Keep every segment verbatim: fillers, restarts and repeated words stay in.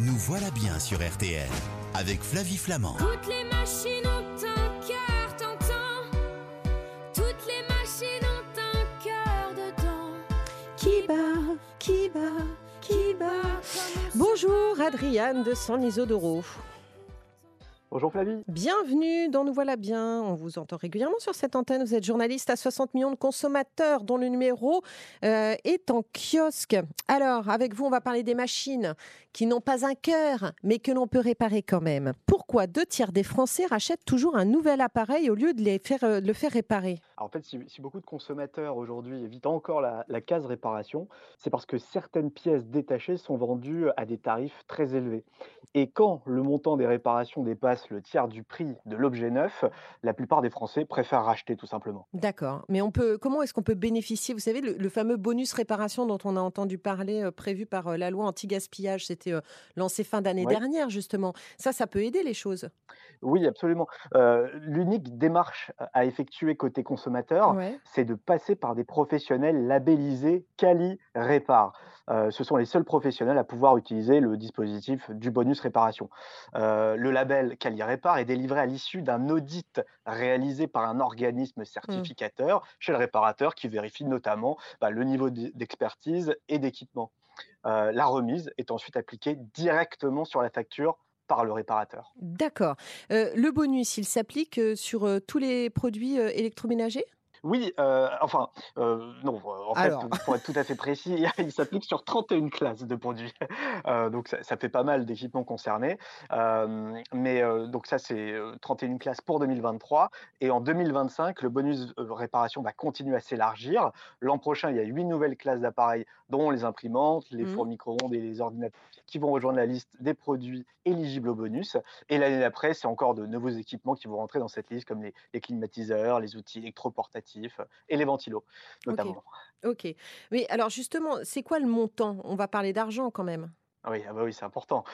Nous voilà bien sur R T L avec Flavie Flamand. Toutes les machines ont un cœur tentant. Toutes les machines ont un cœur dedans. Qui bat, qui bat, qui bat. Bonjour Adriane de San Isodoro. Bonjour Flavie. Bienvenue dans Nous voilà bien. On vous entend régulièrement sur cette antenne. Vous êtes journaliste à soixante millions de consommateurs dont le numéro euh, est en kiosque. Alors, avec vous, on va parler des machines qui n'ont pas un cœur, mais que l'on peut réparer quand même. Pourquoi deux tiers des Français rachètent toujours un nouvel appareil au lieu de, les faire, euh, de le faire réparer ? Alors en fait, si, si beaucoup de consommateurs aujourd'hui évitent encore la, la case réparation, c'est parce que certaines pièces détachées sont vendues à des tarifs très élevés. Et quand le montant des réparations dépasse le tiers du prix de l'objet neuf, la plupart des Français préfèrent racheter tout simplement. D'accord. Mais on peut, comment est-ce qu'on peut bénéficier ? Vous savez, le, le fameux bonus réparation dont on a entendu parler, euh, prévu par euh, la loi anti-gaspillage, c'était euh, lancé fin d'année Oui, dernière, justement. Ça, ça peut aider les choses. oui, absolument. Euh, l'unique démarche à effectuer côté consommateur, Ouais. c'est de passer par des professionnels labellisés Quali Répar. Euh, ce sont les seuls professionnels à pouvoir utiliser le dispositif du bonus réparation. Euh, le label Quali Répar est délivré à l'issue d'un audit réalisé par un organisme Hmm. certificateur chez le réparateur qui vérifie notamment bah, le niveau d- d'expertise et d'équipement. Euh, la remise est ensuite appliquée directement sur la facture par le réparateur. D'accord. Euh, le bonus, il s'applique euh, sur euh, tous les produits euh, électroménagers ? Oui, heu, enfin, heu, non, heu, en fait, Alors, pour être tout à fait précis, il s'applique sur trente et une classes de produits. Heu, donc ça ça fait pas mal d'équipements concernés. Hem, mais heu, donc ça, c'est, heu, trente et une classes pour deux mille vingt-trois et en deux mille vingt-cinq, le bonus, heu, réparation va continuer à s'élargir. L'an prochain, il y a huit nouvelles classes d'appareils, dont les imprimantes, les hmm, fours micro-ondes et les ordinateurs qui vont rejoindre la liste des produits éligibles au bonus et l'année d'après, c'est encore de nouveaux équipements qui vont rentrer dans cette liste comme les les climatiseurs, les outils électroportatifs et les ventilos ok. notamment. Ok. Mais alors, justement, c'est quoi le montant ? On va parler d'argent quand même. Ah oui, ah bah oui, c'est important.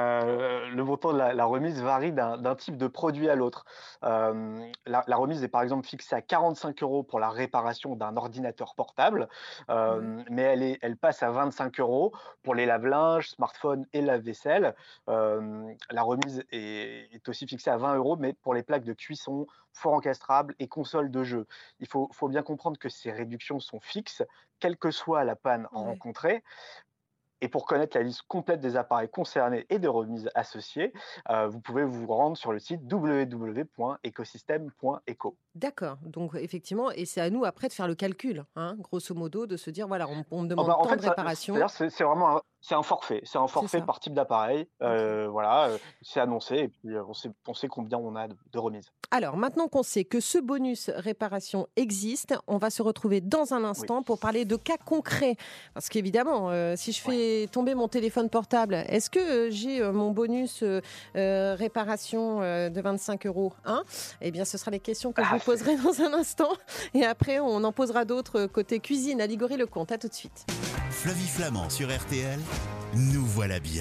Heu, le montant de la la remise varie d'un d'un type de produit à l'autre. Hem, la la remise est par exemple fixée à quarante-cinq euros pour la réparation d'un ordinateur portable, Ouais. hem, mais elle est elle passe à vingt-cinq euros pour les lave-linges, smartphones et lave-vaisselle. Hem, la remise est est aussi fixée à vingt euros, mais pour les plaques de cuisson, fours encastrables et consoles de jeux. Il faut faut bien comprendre que ces réductions sont fixes, quelle que soit la panne Ouais. rencontrée. Et pour connaître la liste complète des appareils concernés et des remises associées, heu, vous pouvez vous rendre sur le site w w w point ecosystème point eco. D'accord. Donc, effectivement, et c'est à nous après de faire le calcul, hein, grosso modo, de se dire, voilà, on, on me Oh bah, demande en tant fait, de ça réparation. c'est-à-dire c'est c'est vraiment un c'est un forfait. C'est un C'est forfait ça. par type d'appareil, Ok. heu, voilà, heu, c'est annoncé et puis, heu, on sait on sait combien on a de de remises. Alors, maintenant qu'on sait que ce bonus réparation existe, on va se retrouver dans un Oui, instant pour parler de cas concrets. Parce qu'évidemment, euh, si je ouais. fais tomber mon téléphone portable, est-ce que euh, j'ai euh, mon bonus euh, euh, réparation euh, de vingt-cinq euros, hein ? Eh bien, ce sera les questions que je Ah, vous c'est poserai dans un instant. Et après, on en posera d'autres euh, côté cuisine à Ligory-le-Comte. À tout de suite. Flavie Flamand sur R T L. Nous voilà bien.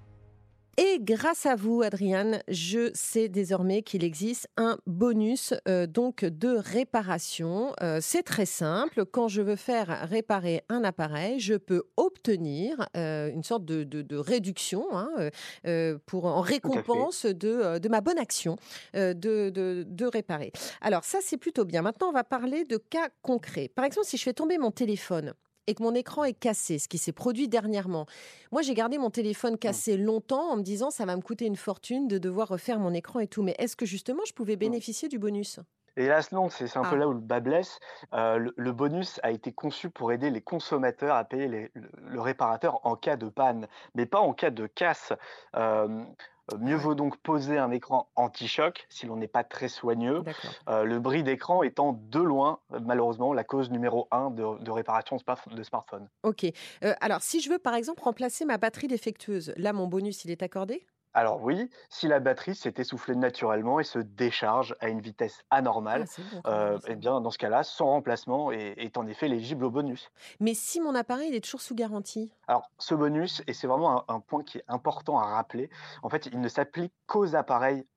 Et grâce à vous, Adriane, je sais désormais qu'il existe un bonus euh, donc de réparation. Euh, c'est très simple. Quand je veux faire réparer un appareil, je peux obtenir euh, une sorte de, de- de réduction, hein, euh, euh, pour, en tout à fait. récompense de, euh, de ma bonne action euh, de, de- de réparer. Alors ça, c'est plutôt bien. Maintenant, on va parler de cas concrets. Par exemple, si je fais tomber mon téléphone et que mon écran est cassé, ce qui s'est produit dernièrement, moi, j'ai gardé mon téléphone Mmh, cassé longtemps en me disant ça va me coûter une fortune de devoir refaire mon écran et tout. Mais est-ce que justement je pouvais mmh. bénéficier du bonus ? Hélas non, c'est c'est un peu Ah, là où le bât blesse. Heu, le le bonus a été conçu pour aider les consommateurs à payer les le le réparateur en cas de panne, mais pas en cas de casse. Hem, heu, mieux ah ouais, vaut donc poser un écran anti-choc si l'on n'est pas très soigneux, d'accord. heu, le bris d'écran étant de loin, heu, malheureusement la cause numéro un de de réparation de smartph de smartphone. Ok. Euh, alors, si je veux par exemple remplacer ma batterie défectueuse, là, mon bonus, il est accordé ? Alors oui, si la batterie s'est essoufflée naturellement et se décharge à une vitesse Ah, anormale, c'est bon quand même heu, ça. et bien dans ce cas-là, son remplacement est est en effet éligible au bonus. Mais si mon appareil il est toujours sous garantie ? Alors, ce bonus, et c'est vraiment un, un point qui est important à rappeler, en fait, il ne s'applique qu'aux appareils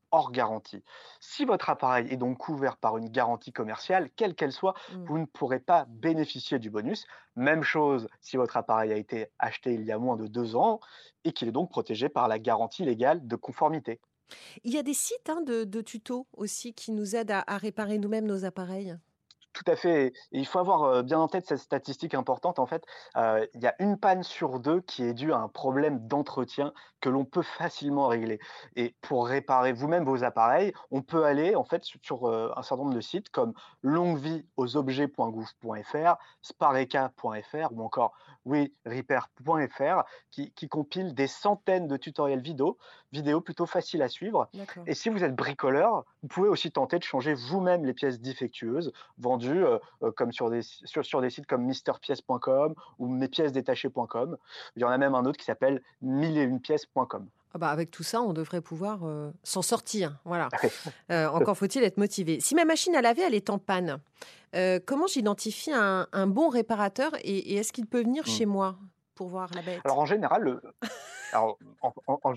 hors garantie. Si votre appareil est donc couvert par une garantie commerciale, quelle qu'elle soit, Mmh. vous ne pourrez pas bénéficier du bonus. Même chose si votre appareil a été acheté il y a moins de deux ans et qu'il est donc protégé par la garantie légale de conformité. Il y a des sites, hein, de de tutos aussi qui nous aident à à réparer nous-mêmes nos appareils? Tout à fait, et il faut avoir, heu, bien en tête cette statistique importante en fait, heu, il y a une panne sur deux qui est due à un problème d'entretien que l'on peut facilement régler, et pour réparer vous-même vos appareils, on peut aller en fait su sur, heu, un certain nombre de sites comme longuevie aux objets point gouv point fr, spareka point fr ou encore werepair point fr qui qui compilent des centaines de tutoriels vidéo vidéos plutôt faciles à suivre, D'accord. et si vous êtes bricoleur, vous pouvez aussi tenter de changer vous-même les pièces défectueuses vendus euh, euh, comme sur des, sur, sur des sites comme mister pièces point com ou mes pièces détachées point com. Il y en a même un autre qui s'appelle mille et une pièces point com. Ah bah, avec tout ça, on devrait pouvoir, heu, s'en sortir, voilà. Heu, encore faut-il être motivé. Si ma machine à laver, elle est en panne, heu, comment j'identifie un un bon réparateur et et est-ce qu'il peut venir chez moi pour voir la Alors bête? en général, le, alors, en, en- en-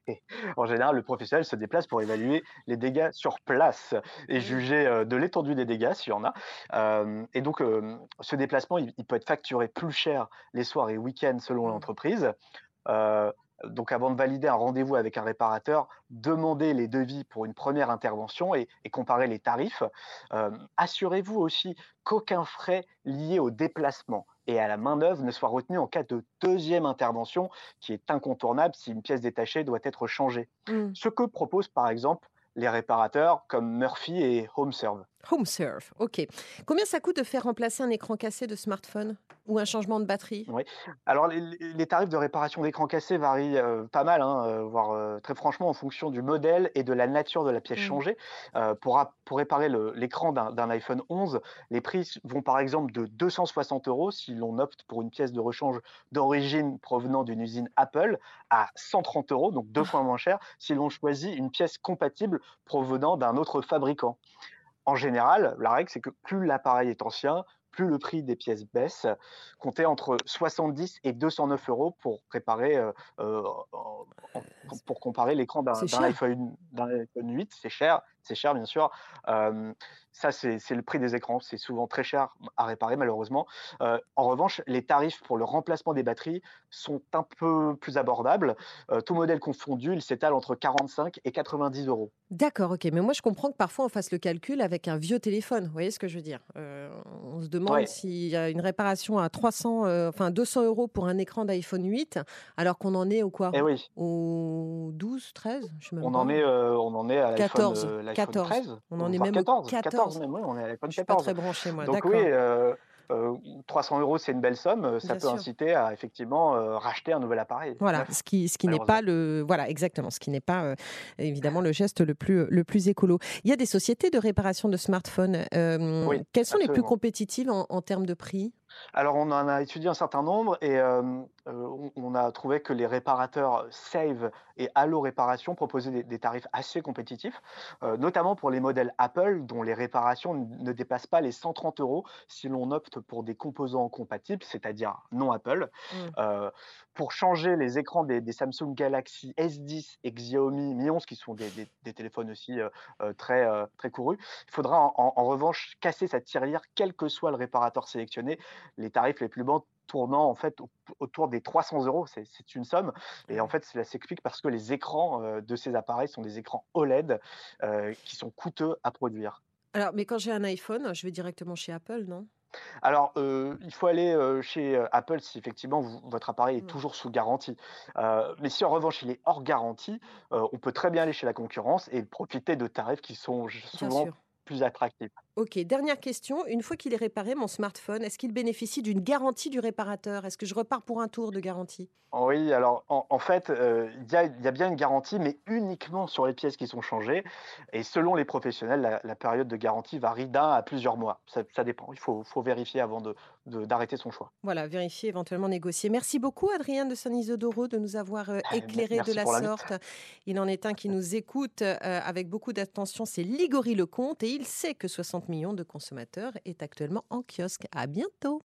en général, le professionnel se déplace pour évaluer les dégâts sur place et Ah oui. juger euh, de l'étendue des dégâts s'il y en a. Euh, et donc, euh, ce déplacement, il, il peut être facturé plus cher les soirs et week-ends selon Mmh. l'entreprise. Euh, donc, avant de valider un rendez-vous avec un réparateur, demandez les devis pour une première intervention et, et comparez les tarifs. Euh, Assurez-vous aussi qu'aucun frais lié au déplacement et à la main-d'œuvre ne soit retenu en cas de deuxième intervention, qui est incontournable si une pièce détachée doit être changée. Mmh. Ce que proposent par exemple les réparateurs comme Murphy et HomeServe. HomeServe, OK. Combien ça coûte de faire remplacer un écran cassé de smartphone ou un changement de batterie? Oui. Alors les les les tarifs de réparation d'écran cassé varient, heu, pas mal, hein, heu, voire, heu, très franchement en fonction du modèle et de la nature de la pièce Mmh. changée. Heu, pour rap pour réparer le l'écran d'un d'un iPhone onze, les prix s vont par exemple de deux cent soixante euros si l'on opte pour une pièce de rechange d'origine provenant d'une usine Apple, à cent trente euros, donc deux fois moins cher, si l'on choisit une pièce compatible provenant d'un autre fabricant. En général, la règle, c'est que plus l'appareil est ancien, plus le prix des pièces baisse. Comptez entre soixante-dix et deux cent neuf euros pour réparer, heu heu, en en pour comparer l'écran d'un C'est d'un cher. iPhone d'un iPhone huit. C'est cher, c'est cher bien sûr. Hem, ça, c'est c'est le prix des écrans. C'est souvent très cher à réparer malheureusement. Heu, en revanche, les tarifs pour le remplacement des batteries sont un peu plus abordables. Heu, tous modèles confondus, ils s'étalent entre quarante-cinq et quatre-vingt-dix euros. D'accord, OK, mais moi je comprends que parfois on fasse le calcul avec un vieux téléphone. Vous voyez ce que je veux dire? Heu, on se demande Ouais, s'il y a une réparation à trois cents, heu, enfin deux cents euros pour un écran d'iPhone huit, alors qu'on en est au quoi? et oui. Au douze, treize? Je sais même On en pas. est, heu, on en est à l'iPhone, quatorze, heu, l'iPhone quatorze. treize, On en est voire même au quatorze, quatorze quatorze. même, oui, on est à l'iPhone Je suis pas quatorze. très branchée moi, Donc oui, d'accord, heu heu, trois cents euros, c'est une belle somme, heu, ça bien peut sûr. inciter à effectivement, heu, racheter un nouvel appareil Voilà, neuf, ce qui ce qui n'est pas malheureusement. le voilà, exactement, ce qui n'est pas, heu, évidemment le geste le plus, le plus écolo. Il y a des sociétés de réparation de smartphones, hem, Oui, quelles sont les plus absolument. compétitives en en termes de prix? Alors on en a étudié un certain nombre et hem, heu, on on a trouvé que les réparateurs Save et Allo Réparation proposaient des des tarifs assez compétitifs, heu, notamment pour les modèles Apple dont les réparations n ne dépassent pas les cent trente euros si l'on opte pour des composants compatibles, c'est-à-dire non Apple. Mmh. Heu, pour changer les écrans des des Samsung Galaxy S dix et Xiaomi Mi onze qui sont des des des téléphones aussi, heu heu, très, heu, très courus, il faudra en en en revanche casser sa tirelire quel que soit le réparateur sélectionné, les tarifs les plus bas tournant en fait au autour des trois cents euros. C'est c'est une somme, Ah et en ouais. fait, cela s'explique parce que les écrans, heu, de ces appareils sont des écrans O L E D, heu, qui sont coûteux à produire. Alors, mais quand j'ai un iPhone, je vais directement chez Apple, non? Alors, heu, il faut aller, heu, chez, heu, Apple si effectivement vous votre appareil est Mmh. toujours sous garantie. Heu, mais si en revanche il est hors garantie, heu, on peut très bien aller chez la concurrence et profiter de tarifs qui sont j Bien souvent sûr. plus attractifs. OK, dernière question, une fois qu'il est réparé, mon smartphone, est-ce qu'il bénéficie d'une garantie du réparateur? Est-ce que je repars pour un tour de garantie? Oui, alors en en fait, heu, il y a il y a bien une garantie, mais uniquement sur les pièces qui sont changées, et selon les professionnels, la la période de garantie varie d'un à plusieurs mois. Ça ça dépend. Il faut faut vérifier avant de de d'arrêter son choix. Voilà, vérifier, éventuellement négocier. Merci beaucoup, Adrien de San Isidoro, de nous avoir euh, Me éclairé de merci la pour l'invite. sorte. Il en est un qui nous écoute euh, avec beaucoup d'attention, c'est Ligory Lecomte, et il sait que soixante millions de consommateurs est actuellement en kiosque. À bientôt.